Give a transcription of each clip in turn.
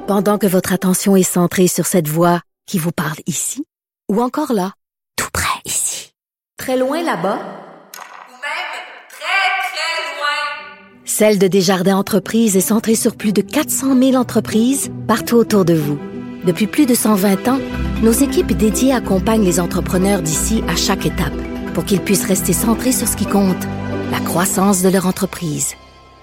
Pendant que votre attention est centrée sur cette voix qui vous parle ici, ou encore là, tout près ici, très loin là-bas, ou même très, très loin. Celle de Desjardins Entreprises est centrée sur plus de 400 000 entreprises partout autour de vous. Depuis plus de 120 ans, nos équipes dédiées accompagnent les entrepreneurs d'ici à chaque étape pour qu'ils puissent rester centrés sur ce qui compte, la croissance de leur entreprise.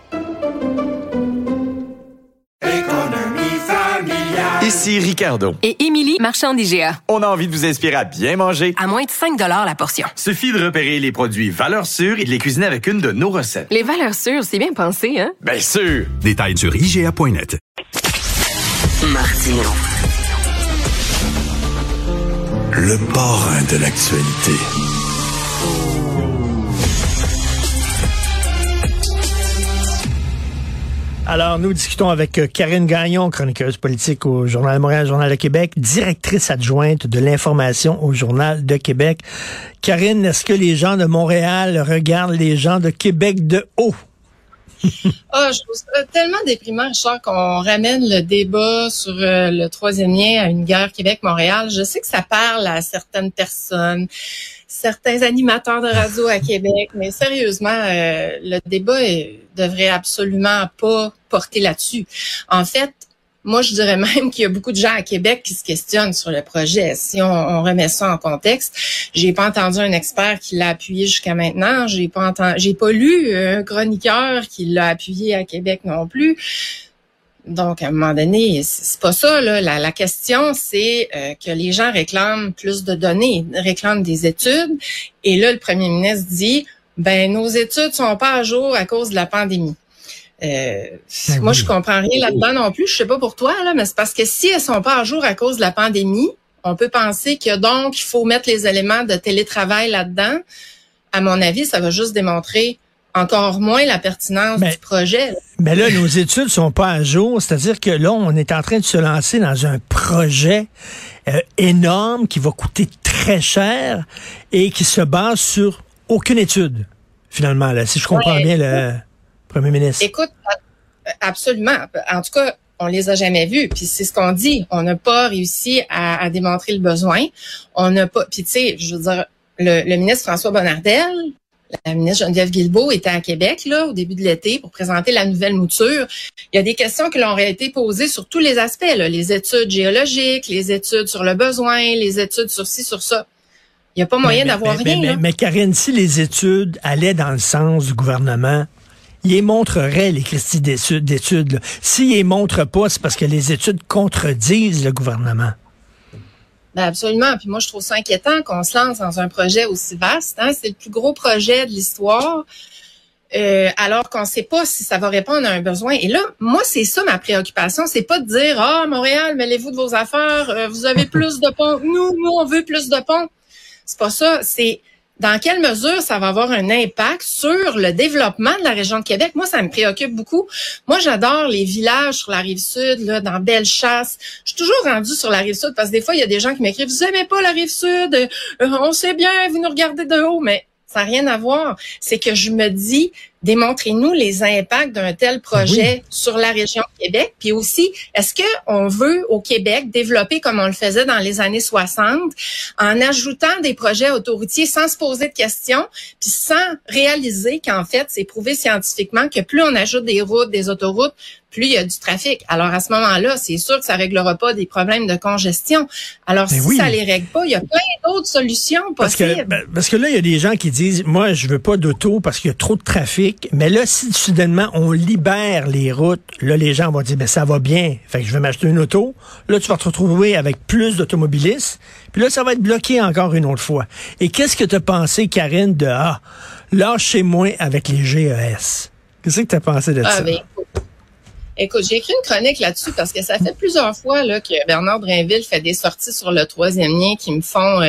Ici Ricardo. Et Émilie, marchand d'IGA. On a envie de vous inspirer à bien manger. À moins de 5 $ la portion. Suffit de repérer les produits valeurs sûres et de les cuisiner avec une de nos recettes. Les valeurs sûres, c'est bien pensé, hein? Bien sûr! Détails sur IGA.net. Martino. Le parrain de l'actualité. Alors, nous discutons avec Karine Gagnon, chroniqueuse politique au Journal de Montréal, Journal de Québec, directrice adjointe de l'information au Journal de Québec. Karine, est-ce que les gens de Montréal regardent les gens de Québec de haut? Je trouve ça tellement déprimant, Richard, qu'on ramène le débat sur le troisième lien à une guerre Québec-Montréal. Je sais que ça parle à certaines personnes, certains animateurs de radio à Québec, mais sérieusement, le débat devrait absolument pas porter là-dessus. En fait, moi, je dirais même qu'il y a beaucoup de gens à Québec qui se questionnent sur le projet. Si on remet ça en contexte, j'ai pas entendu un expert qui l'a appuyé jusqu'à maintenant. J'ai pas lu un chroniqueur qui l'a appuyé à Québec non plus. Donc, à un moment donné, c'est pas ça, là. La question, c'est que les gens réclament plus de données, réclament des études. Et là, le premier ministre dit, nos études sont pas à jour à cause de la pandémie. Moi, je comprends rien là-dedans non plus. Je sais pas pour toi, là, mais c'est parce que si elles sont pas à jour à cause de la pandémie, on peut penser que donc, il faut mettre les éléments de télétravail là-dedans. À mon avis, ça va juste démontrer encore moins la pertinence du projet. Mais là, nos études sont pas à jour. C'est-à-dire que là, on est en train de se lancer dans un projet énorme qui va coûter très cher et qui se base sur aucune étude, finalement, là, si je comprends bien le Premier ministre. Écoute, absolument. En tout cas, on les a jamais vus. Puis c'est ce qu'on dit. On n'a pas réussi à démontrer le besoin. On n'a pas. Puis tu sais, je veux dire, le ministre François Bonnardel, la ministre Geneviève Guilbeault était à Québec là au début de l'été pour présenter la nouvelle mouture. Il y a des questions qui leur ont été posées sur tous les aspects, là, les études géologiques, les études sur le besoin, les études sur ci, sur ça. Il n'y a pas moyen d'avoir rien. Mais Karine, si les études allaient dans le sens du gouvernement, il les montrerait, les Christie d'études. Là. S'il les montre pas, c'est parce que les études contredisent le gouvernement. Absolument. Puis moi, je trouve ça inquiétant qu'on se lance dans un projet aussi vaste. Hein? C'est le plus gros projet de l'histoire, alors qu'on ne sait pas si ça va répondre à un besoin. Et là, moi, c'est ça ma préoccupation. C'est pas de dire, Montréal, mêlez-vous de vos affaires, vous avez plus de ponts. Nous, on veut plus de ponts. C'est pas ça. C'est dans quelle mesure ça va avoir un impact sur le développement de la région de Québec? Moi, ça me préoccupe beaucoup. Moi, j'adore les villages sur la Rive-Sud, là, dans Bellechasse. Je suis toujours rendue sur la Rive-Sud parce que des fois, il y a des gens qui m'écrivent « Vous aimez pas la Rive-Sud? On sait bien, vous nous regardez de haut. » Mais ça n'a rien à voir. C'est que je me dis, démontrez-nous les impacts d'un tel projet sur la région de Québec. Puis aussi, est-ce que on veut au Québec développer comme on le faisait dans les années 60, en ajoutant des projets autoroutiers sans se poser de questions, puis sans réaliser qu'en fait, c'est prouvé scientifiquement que plus on ajoute des routes, des autoroutes, plus il y a du trafic. Alors, à ce moment-là, c'est sûr que ça réglera pas des problèmes de congestion. Alors, si ça les règle pas, il y a plein d'autres solutions possibles. Parce que là, il y a des gens qui disent, moi, je veux pas d'auto parce qu'il y a trop de trafic. Mais là, si soudainement, on libère les routes, là, les gens vont dire, ça va bien. Fait que je vais m'acheter une auto. Là, tu vas te retrouver avec plus d'automobilistes. Puis là, ça va être bloqué encore une autre fois. Et qu'est-ce que tu as pensé, Karine, de, lâchez-moi avec les GES? Qu'est-ce que tu as pensé de ça? Écoute, j'ai écrit une chronique là-dessus parce que ça fait plusieurs fois là que Bernard Drainville fait des sorties sur le troisième lien qui me font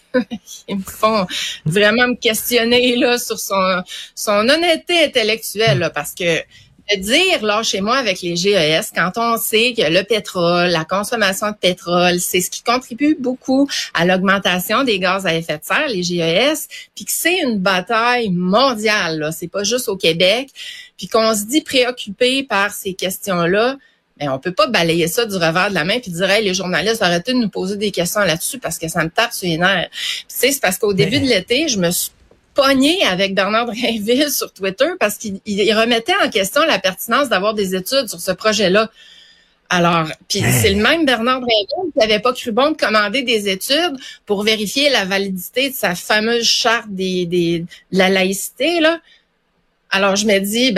vraiment me questionner là sur son honnêteté intellectuelle là, parce que de dire lâchez-moi avec les GES quand on sait que le pétrole, la consommation de pétrole, c'est ce qui contribue beaucoup à l'augmentation des gaz à effet de serre, les GES, puis que c'est une bataille mondiale là, c'est pas juste au Québec, puis qu'on se dit préoccupé par ces questions-là, Mais on peut pas balayer ça du revers de la main puis dire, hey, les journalistes, arrêtez de nous poser des questions là-dessus parce que ça me tape sur les nerfs. Puis, tu sais, c'est parce qu'au début de l'été, je me suis pognée avec Bernard Drinville sur Twitter parce qu'il remettait en question la pertinence d'avoir des études sur ce projet-là. Alors, puis c'est le même Bernard Drinville qui n'avait pas cru bon de commander des études pour vérifier la validité de sa fameuse charte de la laïcité, là. Alors, je me dis,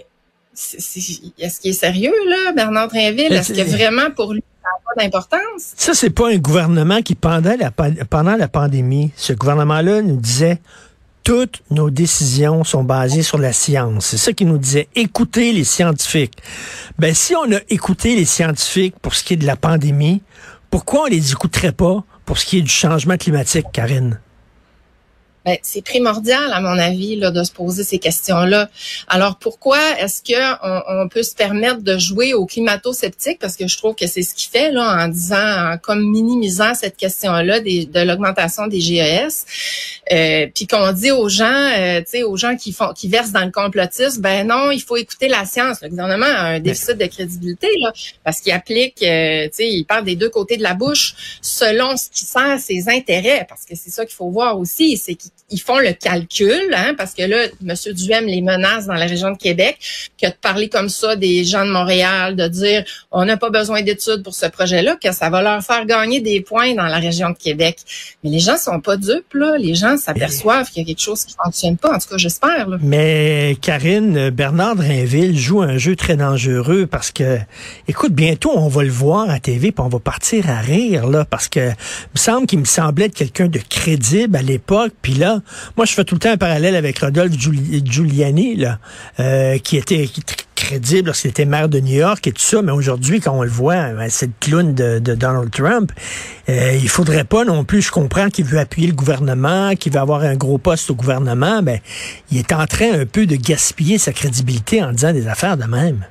est-ce qu'il est sérieux, là, Bernard Drinville? Est-ce que vraiment, pour lui, ça n'a pas d'importance? Ça, c'est pas un gouvernement qui, pendant la pandémie, ce gouvernement-là nous disait toutes nos décisions sont basées sur la science. C'est ça qu'il nous disait. Écoutez les scientifiques. Si on a écouté les scientifiques pour ce qui est de la pandémie, pourquoi on les écouterait pas pour ce qui est du changement climatique, Karine? C'est primordial, à mon avis, là, de se poser ces questions-là. Alors, pourquoi est-ce que on peut se permettre de jouer aux climato-sceptiques? Parce que je trouve que c'est ce qu'il fait, là, en disant, comme minimisant cette question-là de l'augmentation des GES. Puis qu'on dit aux gens, aux gens qui versent dans le complotisme, non, il faut écouter la science. Le gouvernement a un déficit de crédibilité, là, parce qu'il applique, il parle des deux côtés de la bouche selon ce qui sert ses intérêts. Parce que c'est ça qu'il faut voir aussi, c'est qu'ils font le calcul, parce que là, M. Duhem les menace dans la région de Québec, que de parler comme ça des gens de Montréal, de dire on n'a pas besoin d'études pour ce projet-là, que ça va leur faire gagner des points dans la région de Québec. Mais les gens sont pas dupes, là. Les gens s'aperçoivent qu'il y a quelque chose qui fonctionne pas. En tout cas, j'espère, là. Mais Karine, Bernard Drinville joue un jeu très dangereux parce que, écoute, bientôt on va le voir à TV puis on va partir à rire, là, parce que il me semblait être quelqu'un de crédible à l'époque. Puis là, moi, je fais tout le temps un parallèle avec Rodolphe Giuliani, là, qui était crédible lorsqu'il était maire de New York et tout ça, mais aujourd'hui, quand on le voit, c'est le clown de Donald Trump. Il faudrait pas non plus, je comprends qu'il veut appuyer le gouvernement, qu'il veut avoir un gros poste au gouvernement, mais il est en train un peu de gaspiller sa crédibilité en disant des affaires de même.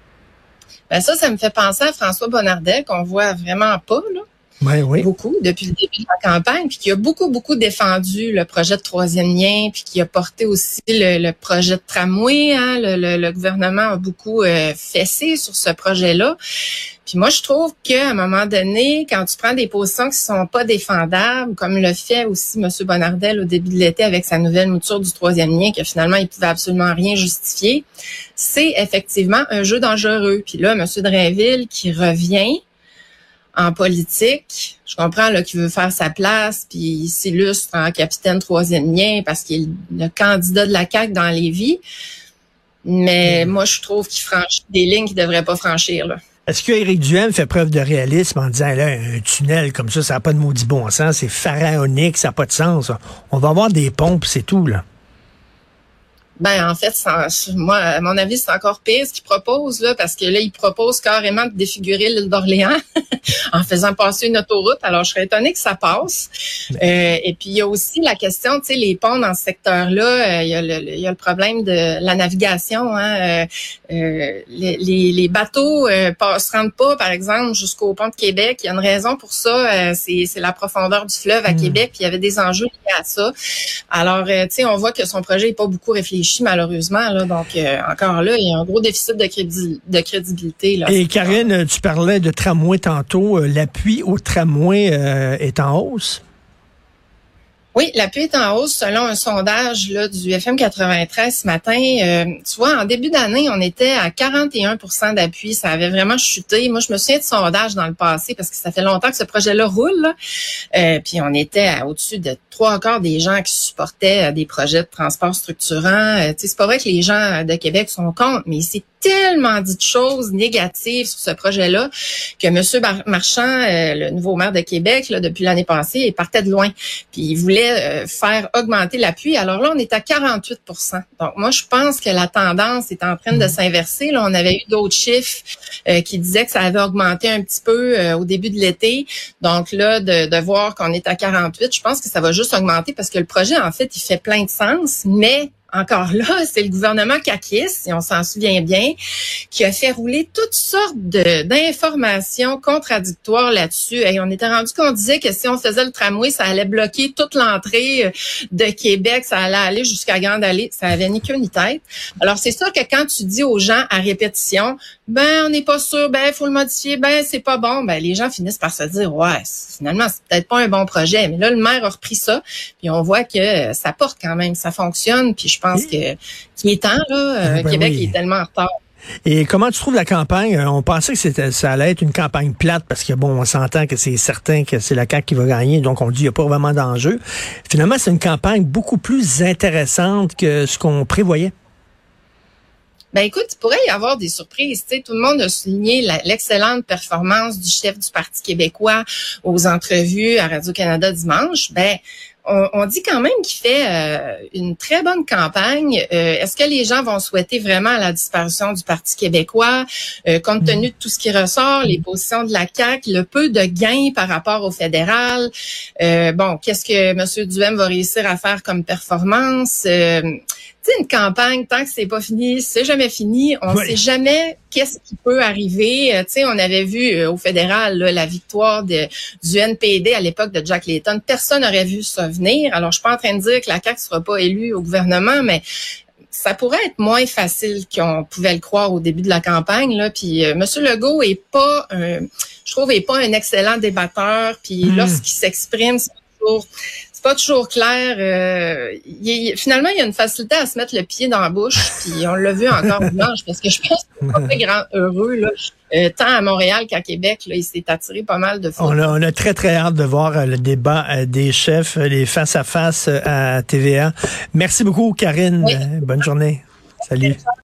Ça me fait penser à François Bonnardel, qu'on voit vraiment pas, là. Oui. Beaucoup, depuis le début de la campagne, puis qui a beaucoup défendu le projet de troisième lien, puis qui a porté aussi le projet de tramway. Le gouvernement a beaucoup fessé sur ce projet-là. Puis moi, je trouve qu'à un moment donné, quand tu prends des positions qui sont pas défendables, comme le fait aussi M. Bonnardel au début de l'été avec sa nouvelle mouture du troisième lien, que finalement, il pouvait absolument rien justifier, c'est effectivement un jeu dangereux. Puis là, M. Drinville qui revient en politique, je comprends là qu'il veut faire sa place, puis il s'illustre en capitaine troisième lien parce qu'il est le candidat de la CAQ dans Lévis. Mais moi, je trouve qu'il franchit des lignes qu'il ne devrait pas franchir, là. Est-ce que Éric Duhem fait preuve de réalisme en disant, là, un tunnel comme ça n'a pas de maudit bon sens, c'est pharaonique, ça n'a pas de sens. On va avoir des pompes, c'est tout, là. En fait, moi, à mon avis, c'est encore pire ce qu'il propose, là, parce que là, il propose carrément de défigurer l'île d'Orléans en faisant passer une autoroute. Alors, je serais étonnée que ça passe. Et puis, il y a aussi la question, tu sais, les ponts dans ce secteur-là, il y a le problème de la navigation, les bateaux se rendent pas, par exemple, jusqu'au pont de Québec. Il y a une raison pour ça, c'est la profondeur du fleuve à Québec, puis il y avait des enjeux liés à ça. Alors, tu sais, on voit que son projet n'est pas beaucoup réfléchi, malheureusement, là. Donc, encore là, il y a un gros déficit de crédibilité, là. Et Karine, tu parlais de tramway tantôt. L'appui au tramway est en hausse? Oui, l'appui est en hausse selon un sondage là, du FM 93 ce matin. Tu vois, en début d'année, on était à 41% d'appui. Ça avait vraiment chuté. Moi, je me souviens de sondages dans le passé parce que ça fait longtemps que ce projet-là roule, là. Puis on était au-dessus de 3/4 des gens qui supportaient des projets de transport structurants. Tu sais, c'est pas vrai que les gens de Québec sont contre, mais c'est tellement dit de choses négatives sur ce projet-là que M. Marchand, le nouveau maire de Québec, là, depuis l'année passée, il partait de loin. Puis il voulait faire augmenter l'appui. Alors là, on est à 48%. Donc moi, je pense que la tendance est en train de s'inverser. Là, on avait eu d'autres chiffres qui disaient que ça avait augmenté un petit peu au début de l'été. Donc là, de voir qu'on est à 48, je pense que ça va juste augmenter parce que le projet, en fait, il fait plein de sens, mais encore là, c'est le gouvernement caquiste, si on s'en souvient bien, qui a fait rouler toutes sortes d'informations contradictoires là-dessus. Et on était rendu qu'on disait que si on faisait le tramway, ça allait bloquer toute l'entrée de Québec, ça allait aller jusqu'à Grande Allée. Ça avait ni queue ni tête. Alors, c'est sûr que quand tu dis aux gens à répétition, on n'est pas sûr, faut le modifier, c'est pas bon, les gens finissent par se dire, ouais, finalement, c'est peut-être pas un bon projet. Mais là, le maire a repris ça, puis on voit que ça porte quand même, ça fonctionne, puis je pense qu'il est temps, là. Québec est tellement en retard. Et comment tu trouves la campagne? On pensait que ça allait être une campagne plate parce que, on s'entend que c'est certain que c'est la CAQ qui va gagner, donc on dit qu'il n'y a pas vraiment d'enjeu. Finalement, c'est une campagne beaucoup plus intéressante que ce qu'on prévoyait. Écoute, il pourrait y avoir des surprises. Tu sais, tout le monde a souligné l'excellente performance du chef du Parti québécois aux entrevues à Radio-Canada dimanche. On dit quand même qu'il fait une très bonne campagne. Est-ce que les gens vont souhaiter vraiment la disparition du Parti québécois, compte tenu de tout ce qui ressort, les positions de la CAQ, le peu de gains par rapport au fédéral? Qu'est-ce que M. Duhem va réussir à faire comme performance? Une campagne, tant que c'est pas fini, c'est jamais fini. On sait jamais qu'est-ce qui peut arriver. On avait vu au fédéral la victoire du NPD à l'époque de Jack Layton. Personne n'aurait vu ça venir. Alors, je suis pas en train de dire que la CAQ sera pas élue au gouvernement, mais ça pourrait être moins facile qu'on pouvait le croire au début de la campagne. Là. Puis M. Legault est pas un excellent débatteur. Puis lorsqu'il s'exprime, c'est pas toujours clair. Finalement, il y a une facilité à se mettre le pied dans la bouche, puis on l'a vu encore dimanche, parce que je pense que c'est pas très grand heureux, là. Tant à Montréal qu'à Québec, là, il s'est attiré pas mal de fois. On a très, très hâte de voir le débat des chefs, les face-à-face à TVA. Merci beaucoup, Karine. Oui. Bonne journée. Salut.